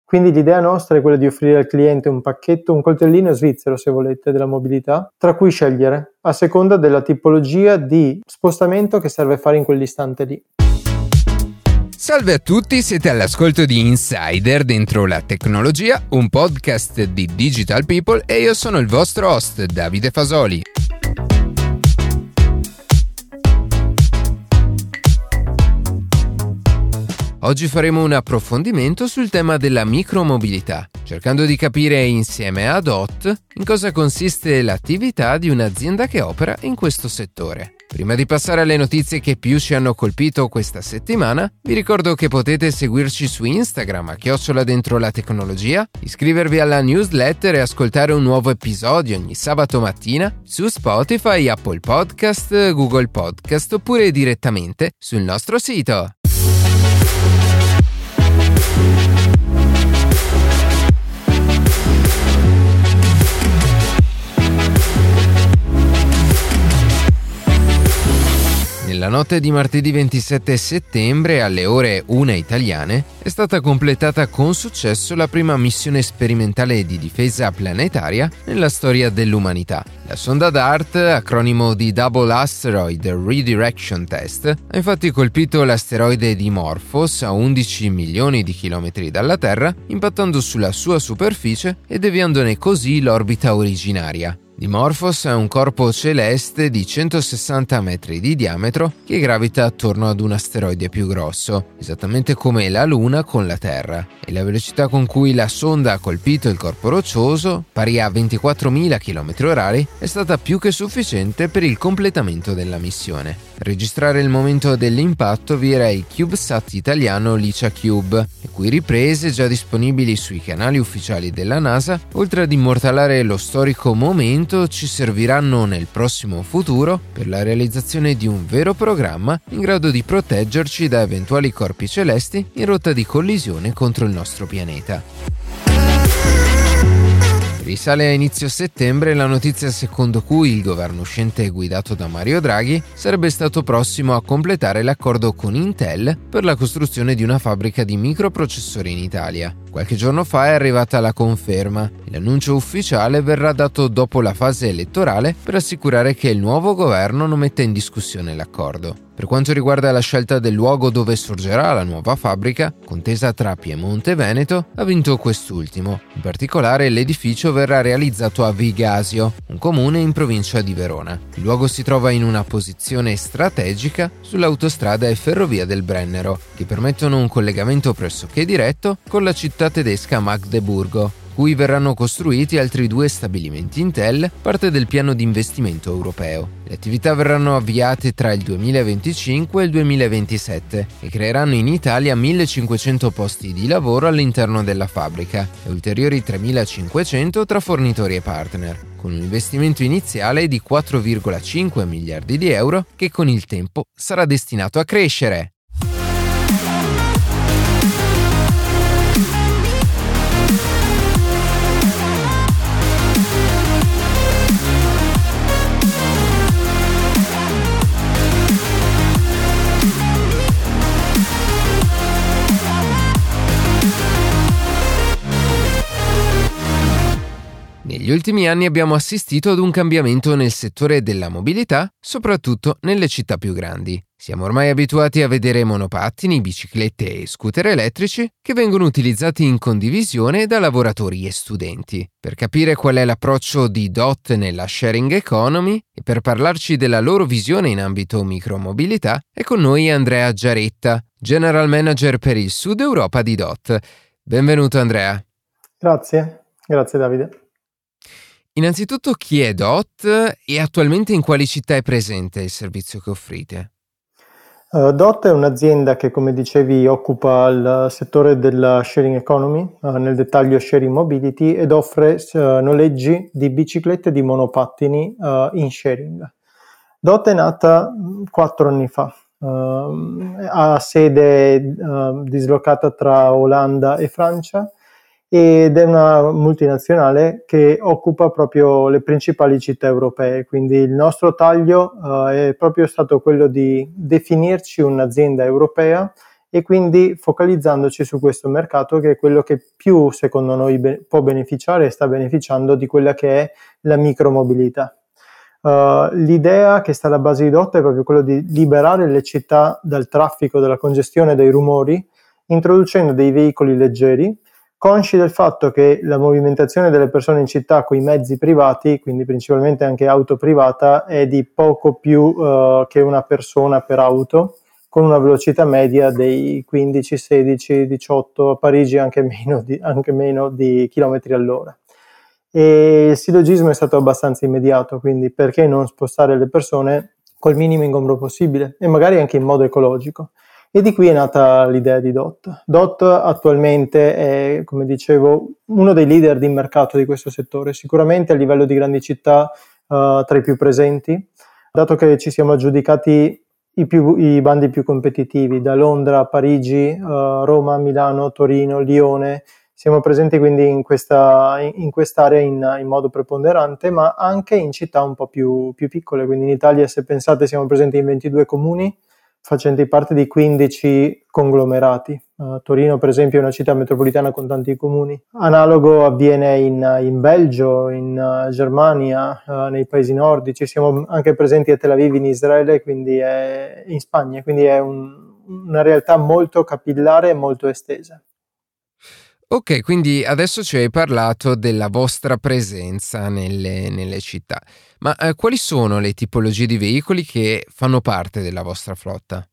Quindi l'idea nostra è quella di offrire al cliente un pacchetto, un coltellino svizzero se volete, della mobilità, tra cui scegliere a seconda della tipologia di spostamento che serve fare in quell'istante lì. Salve a tutti, siete all'ascolto di Insider dentro la tecnologia, un podcast di Digital People e io sono il vostro host Davide Fasoli. Oggi faremo un approfondimento sul tema della micromobilità, cercando di capire insieme a DOT in cosa consiste l'attività di un'azienda che opera in questo settore. Prima di passare alle notizie che più ci hanno colpito questa settimana, vi ricordo che potete seguirci su Instagram a @dentrolatecnologia, iscrivervi alla newsletter e ascoltare un nuovo episodio ogni sabato mattina su Spotify, Apple Podcast, Google Podcast oppure direttamente sul nostro sito. Nella notte di martedì 27 settembre, alle ore 1 italiane, è stata completata con successo la prima missione sperimentale di difesa planetaria nella storia dell'umanità. La sonda DART, acronimo di Double Asteroid Redirection Test, ha infatti colpito l'asteroide Dimorphos a 11 milioni di chilometri dalla Terra, impattando sulla sua superficie e deviandone così l'orbita originaria. Dimorphos è un corpo celeste di 160 metri di diametro che gravita attorno ad un asteroide più grosso, esattamente come la Luna con la Terra, e la velocità con cui la sonda ha colpito il corpo roccioso, pari a 24.000 km/h, è stata più che sufficiente per il completamento della missione. Per registrare il momento dell'impatto vi era il CubeSat italiano LiCiaCube, le cui riprese, già disponibili sui canali ufficiali della NASA, oltre ad immortalare lo storico momento, ci serviranno nel prossimo futuro per la realizzazione di un vero programma in grado di proteggerci da eventuali corpi celesti in rotta di collisione contro il nostro pianeta. Risale a inizio settembre la notizia secondo cui il governo uscente guidato da Mario Draghi sarebbe stato prossimo a completare l'accordo con Intel per la costruzione di una fabbrica di microprocessori in Italia. Qualche giorno fa è arrivata la conferma e l'annuncio ufficiale verrà dato dopo la fase elettorale per assicurare che il nuovo governo non metta in discussione l'accordo. Per quanto riguarda la scelta del luogo dove sorgerà la nuova fabbrica, contesa tra Piemonte e Veneto, ha vinto quest'ultimo. In particolare l'edificio verrà realizzato a Vigasio, un comune in provincia di Verona. Il luogo si trova in una posizione strategica sull'autostrada e ferrovia del Brennero, che permettono un collegamento pressoché diretto con la città tedesca Magdeburgo, cui verranno costruiti altri 2 stabilimenti Intel, parte del piano di investimento europeo. Le attività verranno avviate tra il 2025 e il 2027 e creeranno in Italia 1.500 posti di lavoro all'interno della fabbrica e ulteriori 3.500 tra fornitori e partner, con un investimento iniziale di 4,5 miliardi di euro che con il tempo sarà destinato a crescere. Negli ultimi anni abbiamo assistito ad un cambiamento nel settore della mobilità, soprattutto nelle città più grandi. Siamo ormai abituati a vedere monopattini, biciclette e scooter elettrici che vengono utilizzati in condivisione da lavoratori e studenti. Per capire qual è l'approccio di DOT nella sharing economy e per parlarci della loro visione in ambito micromobilità, è con noi Andrea Giaretta, General Manager per il Sud Europa di DOT. Benvenuto Andrea. Grazie Davide. Innanzitutto chi è DOT e attualmente in quali città è presente il servizio che offrite? DOT è un'azienda che, come dicevi, occupa il settore della sharing economy, nel dettaglio sharing mobility, ed offre noleggi di biciclette e di monopattini in sharing. DOT è nata 4 anni fa, ha sede dislocata tra Olanda e Francia ed è una multinazionale che occupa proprio le principali città europee, quindi il nostro taglio è proprio stato quello di definirci un'azienda europea e quindi focalizzandoci su questo mercato che è quello che più secondo noi può beneficiare e sta beneficiando di quella che è la micromobilità. L'idea che sta alla base di DOT è proprio quello di liberare le città dal traffico, dalla congestione, dai rumori, introducendo dei veicoli leggeri, consci del fatto che la movimentazione delle persone in città con i mezzi privati, quindi principalmente anche auto privata, è di poco più che una persona per auto, con una velocità media dei 15, 16, 18, a Parigi anche meno di chilometri all'ora. E il sillogismo è stato abbastanza immediato, quindi perché non spostare le persone col minimo ingombro possibile e magari anche in modo ecologico. E di qui è nata l'idea di DOT. DOT attualmente è, come dicevo, uno dei leader di mercato di questo settore, sicuramente a livello di grandi città tra i più presenti, dato che ci siamo aggiudicati i bandi più competitivi, da Londra a Parigi, Roma, Milano, Torino, Lione. Siamo presenti quindi in quest'area in modo preponderante, ma anche in città un po' più piccole. Quindi in Italia, se pensate, siamo presenti in 22 comuni, facenti parte di 15 conglomerati. Torino, per esempio, è una città metropolitana con tanti comuni. Analogo avviene in Belgio, in Germania, nei paesi nordici. Siamo anche presenti a Tel Aviv in Israele, quindi in Spagna, quindi è una realtà molto capillare e molto estesa. Ok, quindi adesso ci hai parlato della vostra presenza nelle città, ma quali sono le tipologie di veicoli che fanno parte della vostra flotta?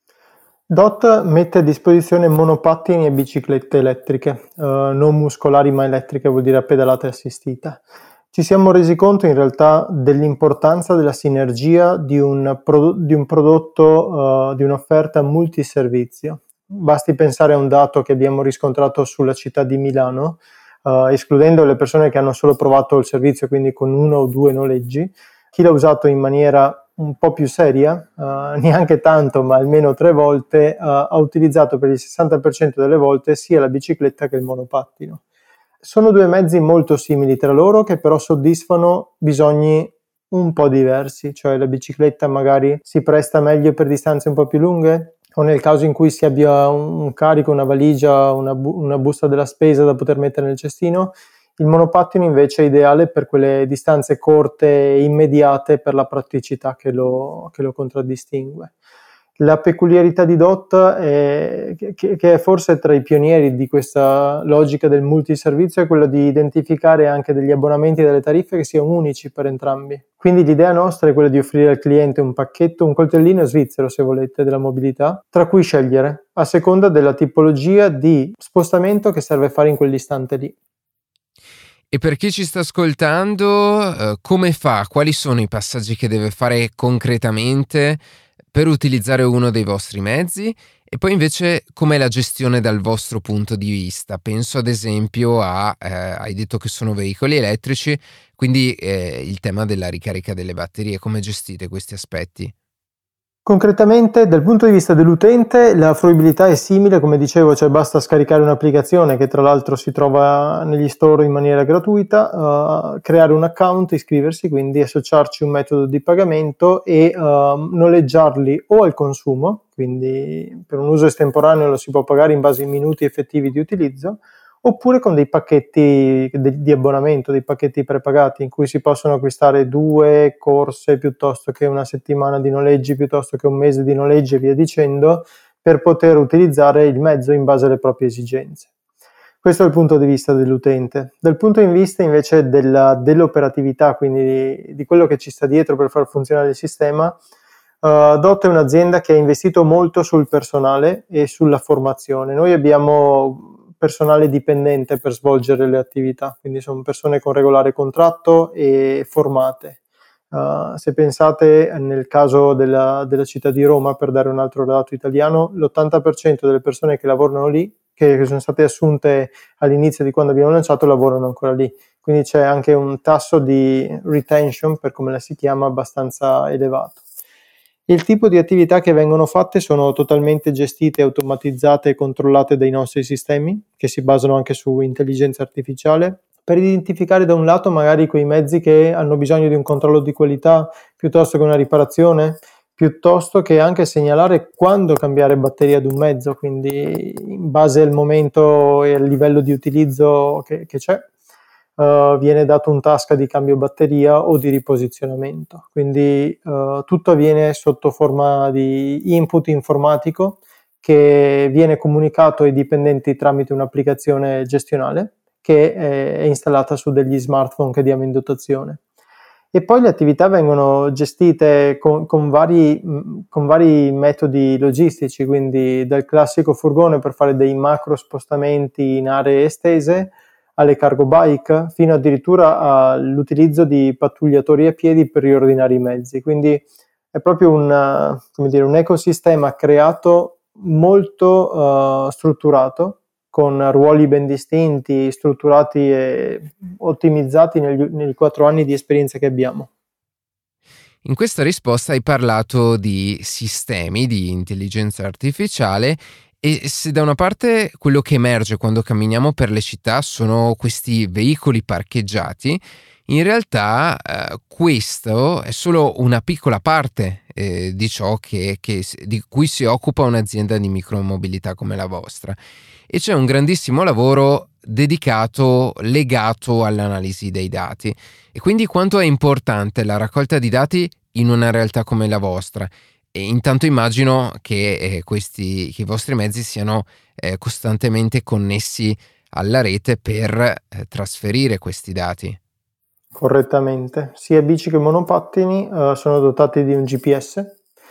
DOT mette a disposizione monopattini e biciclette elettriche, non muscolari ma elettriche, vuol dire a pedalata assistita. Ci siamo resi conto in realtà dell'importanza della sinergia di un prodotto, di un'offerta multiservizio. Basti pensare a un dato che abbiamo riscontrato sulla città di Milano, escludendo le persone che hanno solo provato il servizio, quindi con 1 o 2 noleggi. Chi l'ha usato in maniera un po' più seria, neanche tanto, ma almeno 3 volte, ha utilizzato per il 60% delle volte sia la bicicletta che il monopattino. Sono 2 mezzi molto simili tra loro che però soddisfano bisogni un po' diversi, cioè la bicicletta magari si presta meglio per distanze un po' più lunghe, o nel caso in cui si abbia un carico, una valigia, una busta della spesa da poter mettere nel cestino. Il monopattino invece è ideale per quelle distanze corte e immediate, per la praticità che lo contraddistingue. La peculiarità di DOT è che è forse tra i pionieri di questa logica del multiservizio, è quella di identificare anche degli abbonamenti e delle tariffe che siano unici per entrambi. Quindi l'idea nostra è quella di offrire al cliente un pacchetto, un coltellino svizzero, se volete, della mobilità, tra cui scegliere a seconda della tipologia di spostamento che serve fare in quell'istante lì. E per chi ci sta ascoltando, come fa? Quali sono i passaggi che deve fare concretamente per utilizzare uno dei vostri mezzi? E poi invece com'è la gestione dal vostro punto di vista? Penso ad esempio hai detto che sono veicoli elettrici, quindi il tema della ricarica delle batterie, come gestite questi aspetti? Concretamente, dal punto di vista dell'utente, la fruibilità è simile, come dicevo, cioè basta scaricare un'applicazione che tra l'altro si trova negli store in maniera gratuita, creare un account, iscriversi, quindi associarci un metodo di pagamento e noleggiarli o al consumo, quindi per un uso estemporaneo lo si può pagare in base ai minuti effettivi di utilizzo, oppure con dei pacchetti di abbonamento, dei pacchetti prepagati in cui si possono acquistare 2 corse piuttosto che una settimana di noleggi, piuttosto che un mese di noleggi e via dicendo, per poter utilizzare il mezzo in base alle proprie esigenze. Questo è il punto di vista dell'utente. Dal punto di vista invece dell'operatività, quindi di quello che ci sta dietro per far funzionare il sistema, DOT è un'azienda che ha investito molto sul personale e sulla formazione. Noi abbiamo personale dipendente per svolgere le attività, quindi sono persone con regolare contratto e formate. Se pensate nel caso della città di Roma, per dare un altro dato italiano, l'80% delle persone che lavorano lì, che sono state assunte all'inizio di quando abbiamo lanciato, lavorano ancora lì. Quindi c'è anche un tasso di retention, per come la si chiama, abbastanza elevato. Il tipo di attività che vengono fatte sono totalmente gestite, automatizzate e controllate dai nostri sistemi, che si basano anche su intelligenza artificiale, per identificare da un lato magari quei mezzi che hanno bisogno di un controllo di qualità piuttosto che una riparazione, piuttosto che anche segnalare quando cambiare batteria ad un mezzo, quindi in base al momento e al livello di utilizzo che c'è, viene dato un task di cambio batteria o di riposizionamento. Quindi tutto avviene sotto forma di input informatico che viene comunicato ai dipendenti tramite un'applicazione gestionale che è installata su degli smartphone che diamo in dotazione. E poi le attività vengono gestite con vari metodi logistici, quindi dal classico furgone per fare dei macro spostamenti in aree estese, alle cargo bike, fino addirittura all'utilizzo di pattugliatori a piedi per riordinare i mezzi. Quindi è proprio un ecosistema creato molto strutturato, con ruoli ben distinti, strutturati e ottimizzati nei 4 anni di esperienza che abbiamo. In questa risposta hai parlato di sistemi di intelligenza artificiale e se da una parte quello che emerge quando camminiamo per le città sono questi veicoli parcheggiati, in realtà questo è solo una piccola parte di ciò di cui si occupa un'azienda di micromobilità come la vostra. E c'è un grandissimo lavoro dedicato, legato all'analisi dei dati. E quindi quanto è importante la raccolta di dati in una realtà come la vostra? E intanto immagino che i vostri mezzi siano costantemente connessi alla rete per trasferire questi dati. Correttamente. Sia bici che monopattini sono dotati di un GPS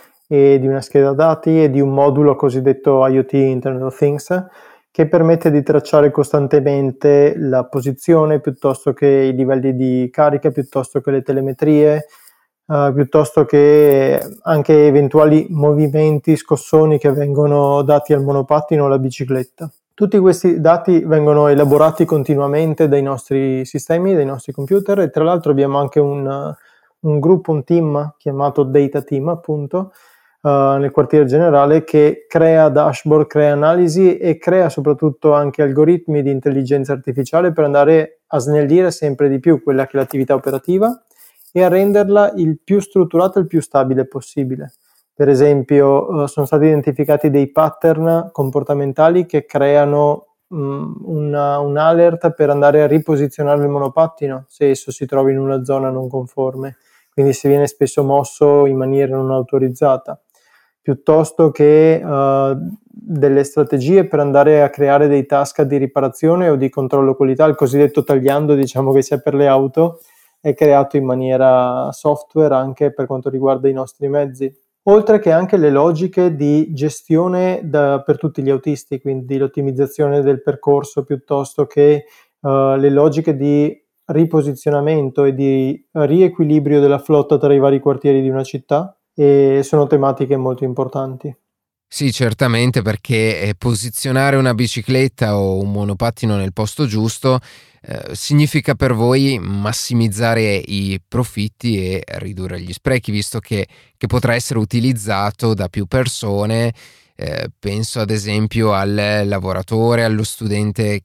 e di una scheda dati e di un modulo cosiddetto IoT, Internet of Things, che permette di tracciare costantemente la posizione piuttosto che i livelli di carica, piuttosto che le telemetrie, piuttosto che anche eventuali movimenti, scossoni che vengono dati al monopattino o alla bicicletta. Tutti questi dati vengono elaborati continuamente dai nostri sistemi, dai nostri computer, e tra l'altro abbiamo anche un gruppo, un team chiamato Data Team, appunto, nel quartier generale, che crea dashboard, crea analisi e crea soprattutto anche algoritmi di intelligenza artificiale per andare a snellire sempre di più quella che è l'attività operativa e a renderla il più strutturata e il più stabile possibile. Per esempio, sono stati identificati dei pattern comportamentali che creano un alert per andare a riposizionare il monopattino se esso si trova in una zona non conforme, quindi se viene spesso mosso in maniera non autorizzata, piuttosto che delle strategie per andare a creare dei task di riparazione o di controllo qualità, il cosiddetto tagliando, diciamo che sia per le auto, è creato in maniera software anche per quanto riguarda i nostri mezzi. Oltre che anche le logiche di gestione per tutti gli autisti, quindi l'ottimizzazione del percorso piuttosto che le logiche di riposizionamento e di riequilibrio della flotta tra i vari quartieri di una città, e sono tematiche molto importanti. Sì, certamente, perché posizionare una bicicletta o un monopattino nel posto giusto significa per voi massimizzare i profitti e ridurre gli sprechi, visto che potrà essere utilizzato da più persone. Penso ad esempio al lavoratore, allo studente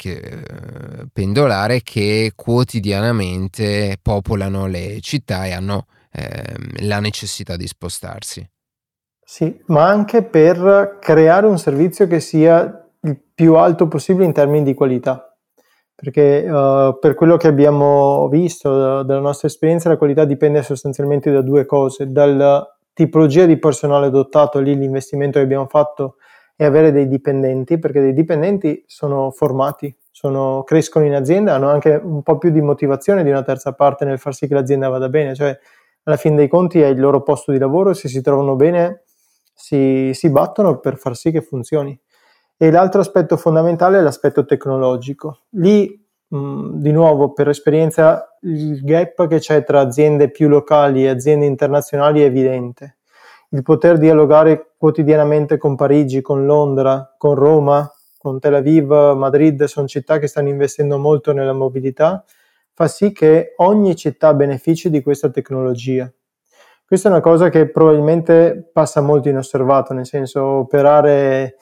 pendolare che quotidianamente popolano le città e hanno la necessità di spostarsi. Sì, ma anche per creare un servizio che sia il più alto possibile in termini di qualità, perché per quello che abbiamo visto dalla nostra esperienza, la qualità dipende sostanzialmente da due cose: dalla tipologia di personale adottato. Lì l'investimento che abbiamo fatto è avere dei dipendenti, perché dei dipendenti sono formati, crescono in azienda, hanno anche un po' più di motivazione di una terza parte nel far sì che l'azienda vada bene, cioè alla fin dei conti è il loro posto di lavoro, se si trovano bene si battono per far sì che funzioni. E l'altro aspetto fondamentale è l'aspetto tecnologico. Lì, di nuovo, per esperienza, il gap che c'è tra aziende più locali e aziende internazionali è evidente. Il poter dialogare quotidianamente con Parigi, con Londra, con Roma, con Tel Aviv, Madrid, sono città che stanno investendo molto nella mobilità, fa sì che ogni città benefici di questa tecnologia. Questa è una cosa che probabilmente passa molto inosservato, nel senso, operare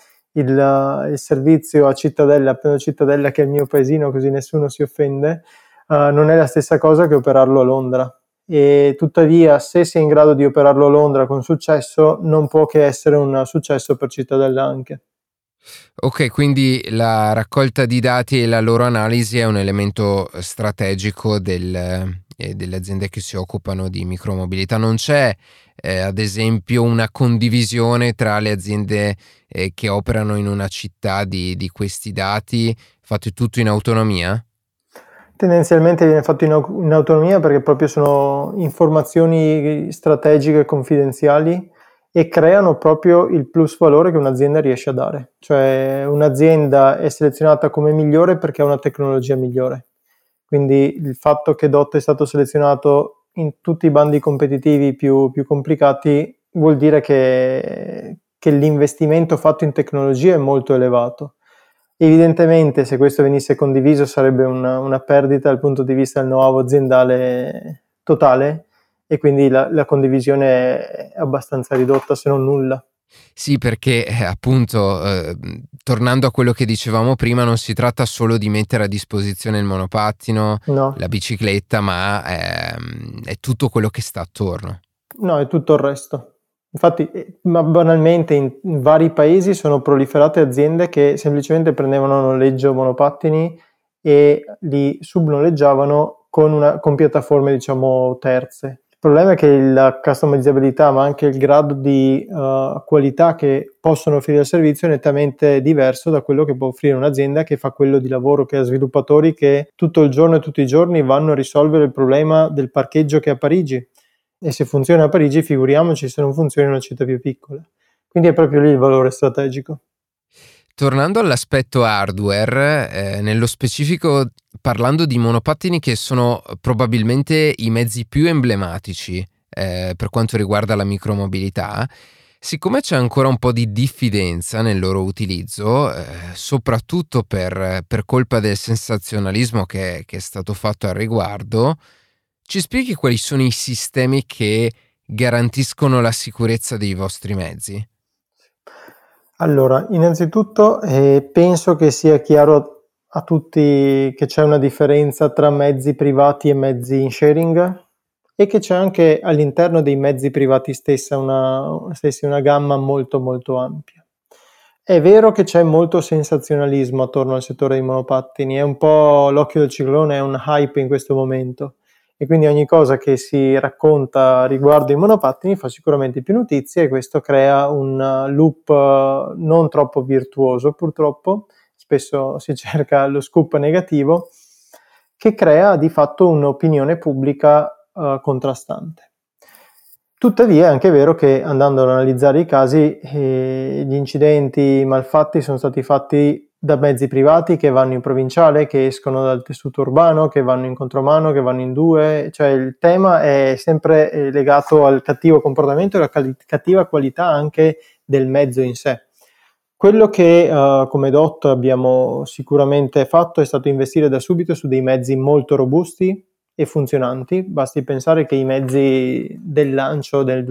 il servizio a Cittadella, appena Cittadella, che è il mio paesino, così nessuno si offende, non è la stessa cosa che operarlo a Londra. e tuttavia se si è in grado di operarlo a Londra con successo non può che essere un successo per Cittadella anche. Ok, quindi la raccolta di dati e la loro analisi è un elemento strategico delle aziende che si occupano di micromobilità. Non c'è, ad esempio, una condivisione tra le aziende che operano in una città di questi dati, fate tutto in autonomia? Tendenzialmente viene fatto in autonomia perché proprio sono informazioni strategiche e confidenziali e creano proprio il plus valore che un'azienda riesce a dare. Cioè un'azienda è selezionata come migliore perché ha una tecnologia migliore. Quindi il fatto che DOT è stato selezionato in tutti i bandi competitivi più complicati vuol dire che l'investimento fatto in tecnologia è molto elevato. Evidentemente se questo venisse condiviso sarebbe una perdita dal punto di vista del know-how aziendale totale e quindi la condivisione è abbastanza ridotta se non nulla. Sì, perché appunto, tornando a quello che dicevamo prima, non si tratta solo di mettere a disposizione il monopattino, No, la bicicletta, ma è tutto quello che sta attorno. no, è tutto il resto. Infatti, ma banalmente in vari paesi sono proliferate aziende che semplicemente prendevano a noleggio monopattini e li subnoleggiavano con piattaforme, diciamo, terze. Il problema è che la customizzabilità, ma anche il grado di qualità che possono offrire il servizio è nettamente diverso da quello che può offrire un'azienda che fa quello di lavoro, che ha sviluppatori che tutto il giorno e tutti i giorni vanno a risolvere il problema del parcheggio che è a Parigi. E se funziona a Parigi, figuriamoci se non funziona in una città più piccola. Quindi è proprio lì il valore strategico. Tornando all'aspetto hardware, nello specifico parlando di monopattini che sono probabilmente i mezzi più emblematici per quanto riguarda la micromobilità, siccome c'è ancora un po' di diffidenza nel loro utilizzo, soprattutto per colpa del sensazionalismo che è stato fatto al riguardo, ci spieghi quali sono i sistemi che garantiscono la sicurezza dei vostri mezzi? Allora, innanzitutto penso che sia chiaro a tutti che c'è una differenza tra mezzi privati e mezzi in sharing e che c'è anche all'interno dei mezzi privati stessi una gamma molto molto ampia. È vero che c'è molto sensazionalismo attorno al settore dei monopattini, è un po' l'occhio del ciclone, è un hype in questo momento e quindi ogni cosa che si racconta riguardo i monopattini fa sicuramente più notizie e questo crea un loop non troppo virtuoso purtroppo, spesso si cerca lo scoop negativo, che crea di fatto un'opinione pubblica contrastante. Tuttavia è anche vero che andando ad analizzare i casi, gli incidenti, i malfatti sono stati fatti da mezzi privati che vanno in provinciale, che escono dal tessuto urbano, che vanno in contromano, che vanno in due, cioè il tema è sempre legato al cattivo comportamento e alla cattiva qualità anche del mezzo in sé. Quello che come DOT abbiamo sicuramente fatto è stato investire da subito su dei mezzi molto robusti e funzionanti. Basti pensare che i mezzi del lancio del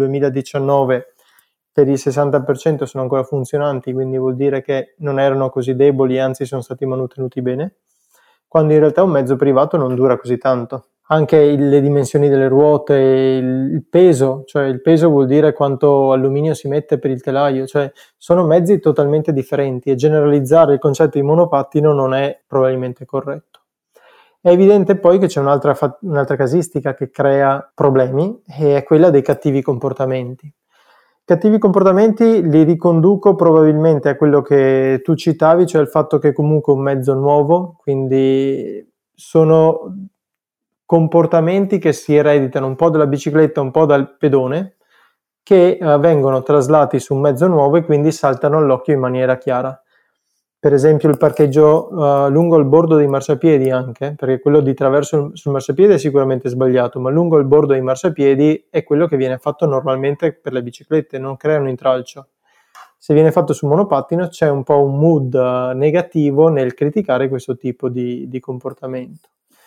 2019 per il 60% sono ancora funzionanti, quindi vuol dire che non erano così deboli, anzi sono stati mantenuti bene, quando in realtà un mezzo privato non dura così tanto. Anche le dimensioni delle ruote, il peso, cioè il peso vuol dire quanto alluminio si mette per il telaio, cioè sono mezzi totalmente differenti e generalizzare il concetto di monopattino non è probabilmente corretto. È evidente poi che c'è un'altra casistica che crea problemi e è quella dei cattivi comportamenti. Cattivi comportamenti li riconduco probabilmente a quello che tu citavi, cioè il fatto che comunque un mezzo nuovo, quindi sono comportamenti che si ereditano un po' dalla bicicletta, un po' dal pedone, che vengono traslati su un mezzo nuovo e quindi saltano all'occhio in maniera chiara. Per esempio il parcheggio lungo il bordo dei marciapiedi anche, perché quello di traverso sul marciapiede è sicuramente sbagliato, ma lungo il bordo dei marciapiedi è quello che viene fatto normalmente per le biciclette, non crea un intralcio. Se viene fatto su monopattino c'è un po' un mood negativo nel criticare questo tipo di comportamento.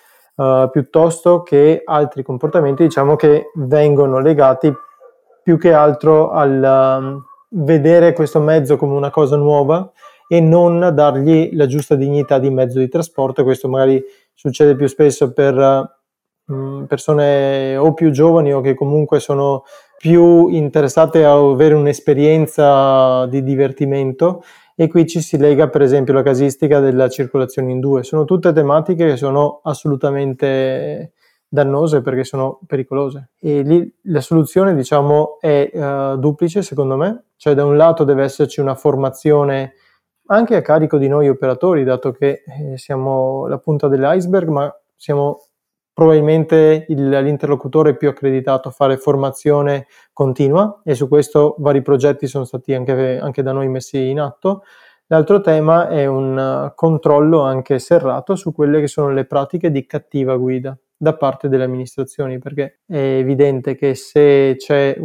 Piuttosto che altri comportamenti, diciamo, che vengono legati più che altro al vedere questo mezzo come una cosa nuova e non dargli la giusta dignità di mezzo di trasporto. Questo magari succede più spesso per persone o più giovani o che comunque sono più interessate a avere un'esperienza di divertimento, e qui ci si lega per esempio la casistica della circolazione in due. Sono tutte tematiche che sono assolutamente dannose perché sono pericolose, e lì la soluzione, diciamo, è duplice secondo me. Cioè, da un lato deve esserci una formazione anche a carico di noi operatori, dato che siamo la punta dell'iceberg, ma siamo probabilmente l'interlocutore più accreditato a fare formazione continua, e su questo vari progetti sono stati anche da noi messi in atto. L'altro tema è un controllo anche serrato su quelle che sono le pratiche di cattiva guida da parte delle amministrazioni, perché è evidente che se c'è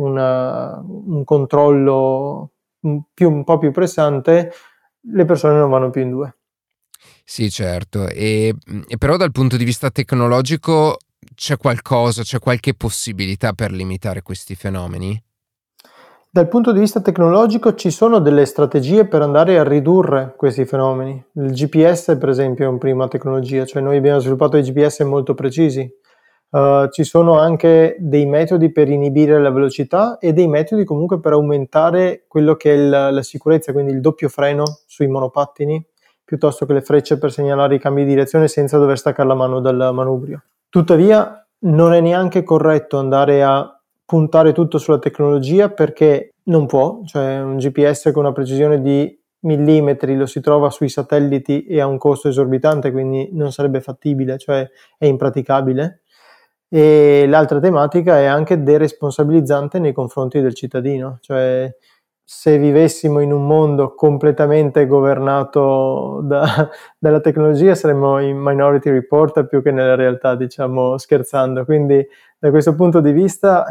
un controllo un po' più pressante, le persone non vanno più in due. Sì, certo, e però dal punto di vista tecnologico c'è qualche possibilità per limitare questi fenomeni? Dal punto di vista tecnologico ci sono delle strategie per andare a ridurre questi fenomeni. Il GPS, per esempio, è una prima tecnologia, cioè noi abbiamo sviluppato dei GPS molto precisi. Ci sono anche dei metodi per inibire la velocità e dei metodi comunque per aumentare quello che è la sicurezza, quindi il doppio freno sui monopattini, piuttosto che le frecce per segnalare i cambi di direzione senza dover staccare la mano dal manubrio. Tuttavia, non è neanche corretto andare a puntare tutto sulla tecnologia, perché non può, cioè un GPS con una precisione di millimetri lo si trova sui satelliti e ha un costo esorbitante, quindi non sarebbe fattibile, cioè è impraticabile. E l'altra tematica è anche deresponsabilizzante nei confronti del cittadino, cioè se vivessimo in un mondo completamente governato dalla tecnologia saremmo in Minority Report più che nella realtà, diciamo scherzando. Quindi da questo punto di vista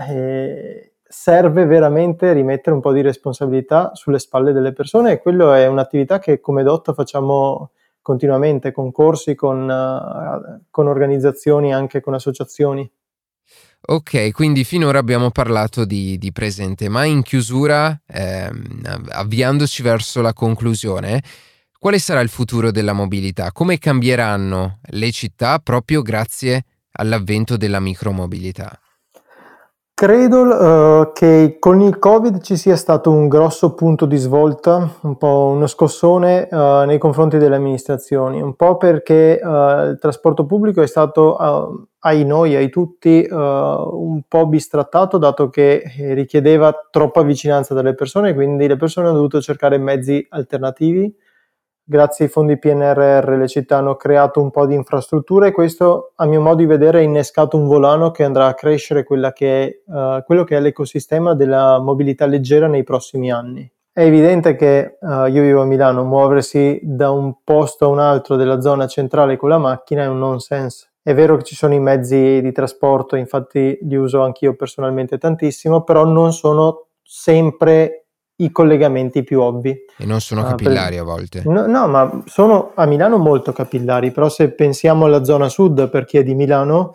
serve veramente rimettere un po' di responsabilità sulle spalle delle persone, e quello è un'attività che come Dot facciamo continuamente, con corsi, con organizzazioni, anche con associazioni. Ok, quindi finora abbiamo parlato di presente, ma in chiusura, avviandoci verso la conclusione, quale sarà il futuro della mobilità? Come cambieranno le città proprio grazie all'avvento della micromobilità? Credo che con il Covid ci sia stato un grosso punto di svolta, un po' uno scossone nei confronti delle amministrazioni, un po' perché il trasporto pubblico è stato, ai noi, ai tutti, un po' bistrattato, dato che richiedeva troppa vicinanza dalle persone, quindi le persone hanno dovuto cercare mezzi alternativi. Grazie ai fondi PNRR le città hanno creato un po' di infrastrutture, e questo, a mio modo di vedere, ha innescato un volano che andrà a crescere quello che è l'ecosistema della mobilità leggera nei prossimi anni. È evidente che io vivo a Milano, muoversi da un posto a un altro della zona centrale con la macchina è un nonsense. È vero che ci sono i mezzi di trasporto, infatti li uso anch'io personalmente tantissimo, però non sono sempre i collegamenti più ovvi. E non sono capillari a volte. No, ma sono a Milano molto capillari, però se pensiamo alla zona sud, per chi è di Milano,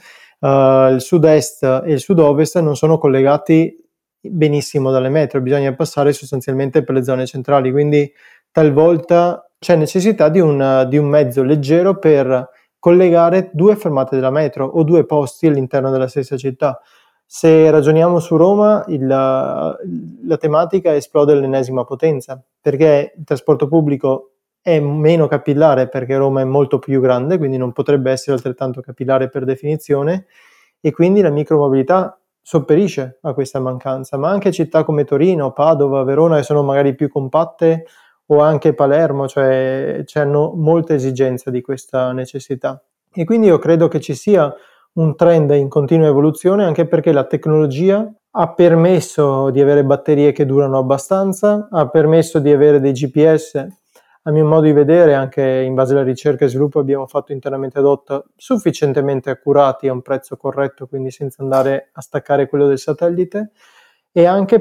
il sud-est e il sud-ovest non sono collegati benissimo dalle metro, bisogna passare sostanzialmente per le zone centrali, quindi talvolta c'è necessità di un mezzo leggero per collegare due fermate della metro o due posti all'interno della stessa città. Se ragioniamo su Roma, la tematica esplode all'ennesima potenza, perché il trasporto pubblico è meno capillare, perché Roma è molto più grande, quindi non potrebbe essere altrettanto capillare per definizione, e quindi la micromobilità sopperisce a questa mancanza. Ma anche città come Torino, Padova, Verona, che sono magari più compatte, o anche Palermo, cioè hanno molta esigenza di questa necessità. E quindi io credo che ci sia un trend in continua evoluzione, anche perché la tecnologia ha permesso di avere batterie che durano abbastanza, ha permesso di avere dei GPS, a mio modo di vedere, anche in base alla ricerca e sviluppo abbiamo fatto internamente ad Dot, sufficientemente accurati a un prezzo corretto, quindi senza andare a staccare quello del satellite, e anche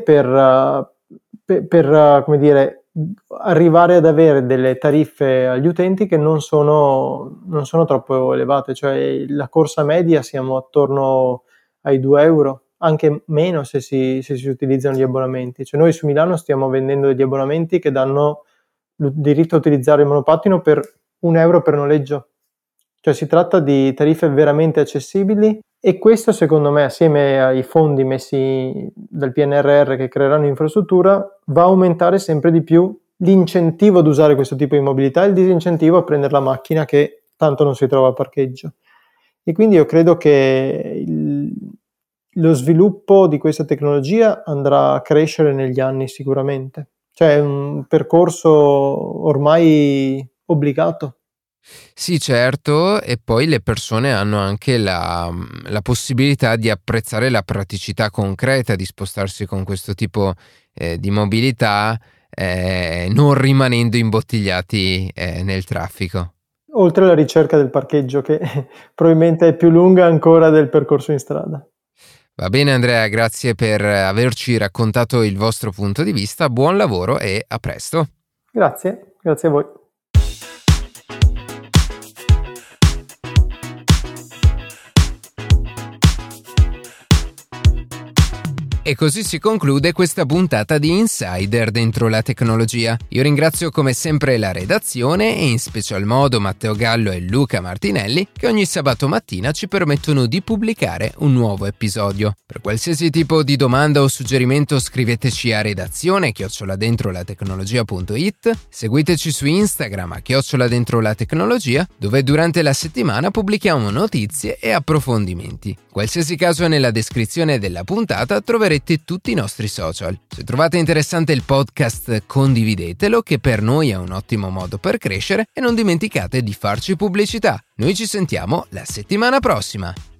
come dire, arrivare ad avere delle tariffe agli utenti che non sono troppo elevate, cioè la corsa media siamo attorno ai 2 euro, anche meno se si utilizzano gli abbonamenti. Cioè noi su Milano stiamo vendendo degli abbonamenti che danno il diritto a utilizzare il monopattino per 1 euro per noleggio. Cioè si tratta di tariffe veramente accessibili E questo secondo me, assieme ai fondi messi dal PNRR che creeranno infrastruttura, va a aumentare sempre di più l'incentivo ad usare questo tipo di mobilità e il disincentivo a prendere la macchina che tanto non si trova a parcheggio. E quindi io credo che lo sviluppo di questa tecnologia andrà a crescere negli anni sicuramente. Cioè è un percorso ormai obbligato. Sì, certo, e poi le persone hanno anche la possibilità di apprezzare la praticità concreta di spostarsi con questo tipo di mobilità, non rimanendo imbottigliati nel traffico. Oltre alla ricerca del parcheggio, che probabilmente è più lunga ancora del percorso in strada. Va bene Andrea, grazie per averci raccontato il vostro punto di vista, buon lavoro e a presto. Grazie a voi. E così si conclude questa puntata di Insider dentro la tecnologia. Io ringrazio come sempre la redazione e in special modo Matteo Gallo e Luca Martinelli che ogni sabato mattina ci permettono di pubblicare un nuovo episodio. Per qualsiasi tipo di domanda o suggerimento scriveteci a redazione@dentrolatecnologia.it, seguiteci su Instagram @dentrolatecnologia, dove durante la settimana pubblichiamo notizie e approfondimenti. Qualsiasi caso nella descrizione della puntata troverete tutti i nostri social. Se trovate interessante il podcast, condividetelo, che per noi è un ottimo modo per crescere, e non dimenticate di farci pubblicità. Noi ci sentiamo la settimana prossima.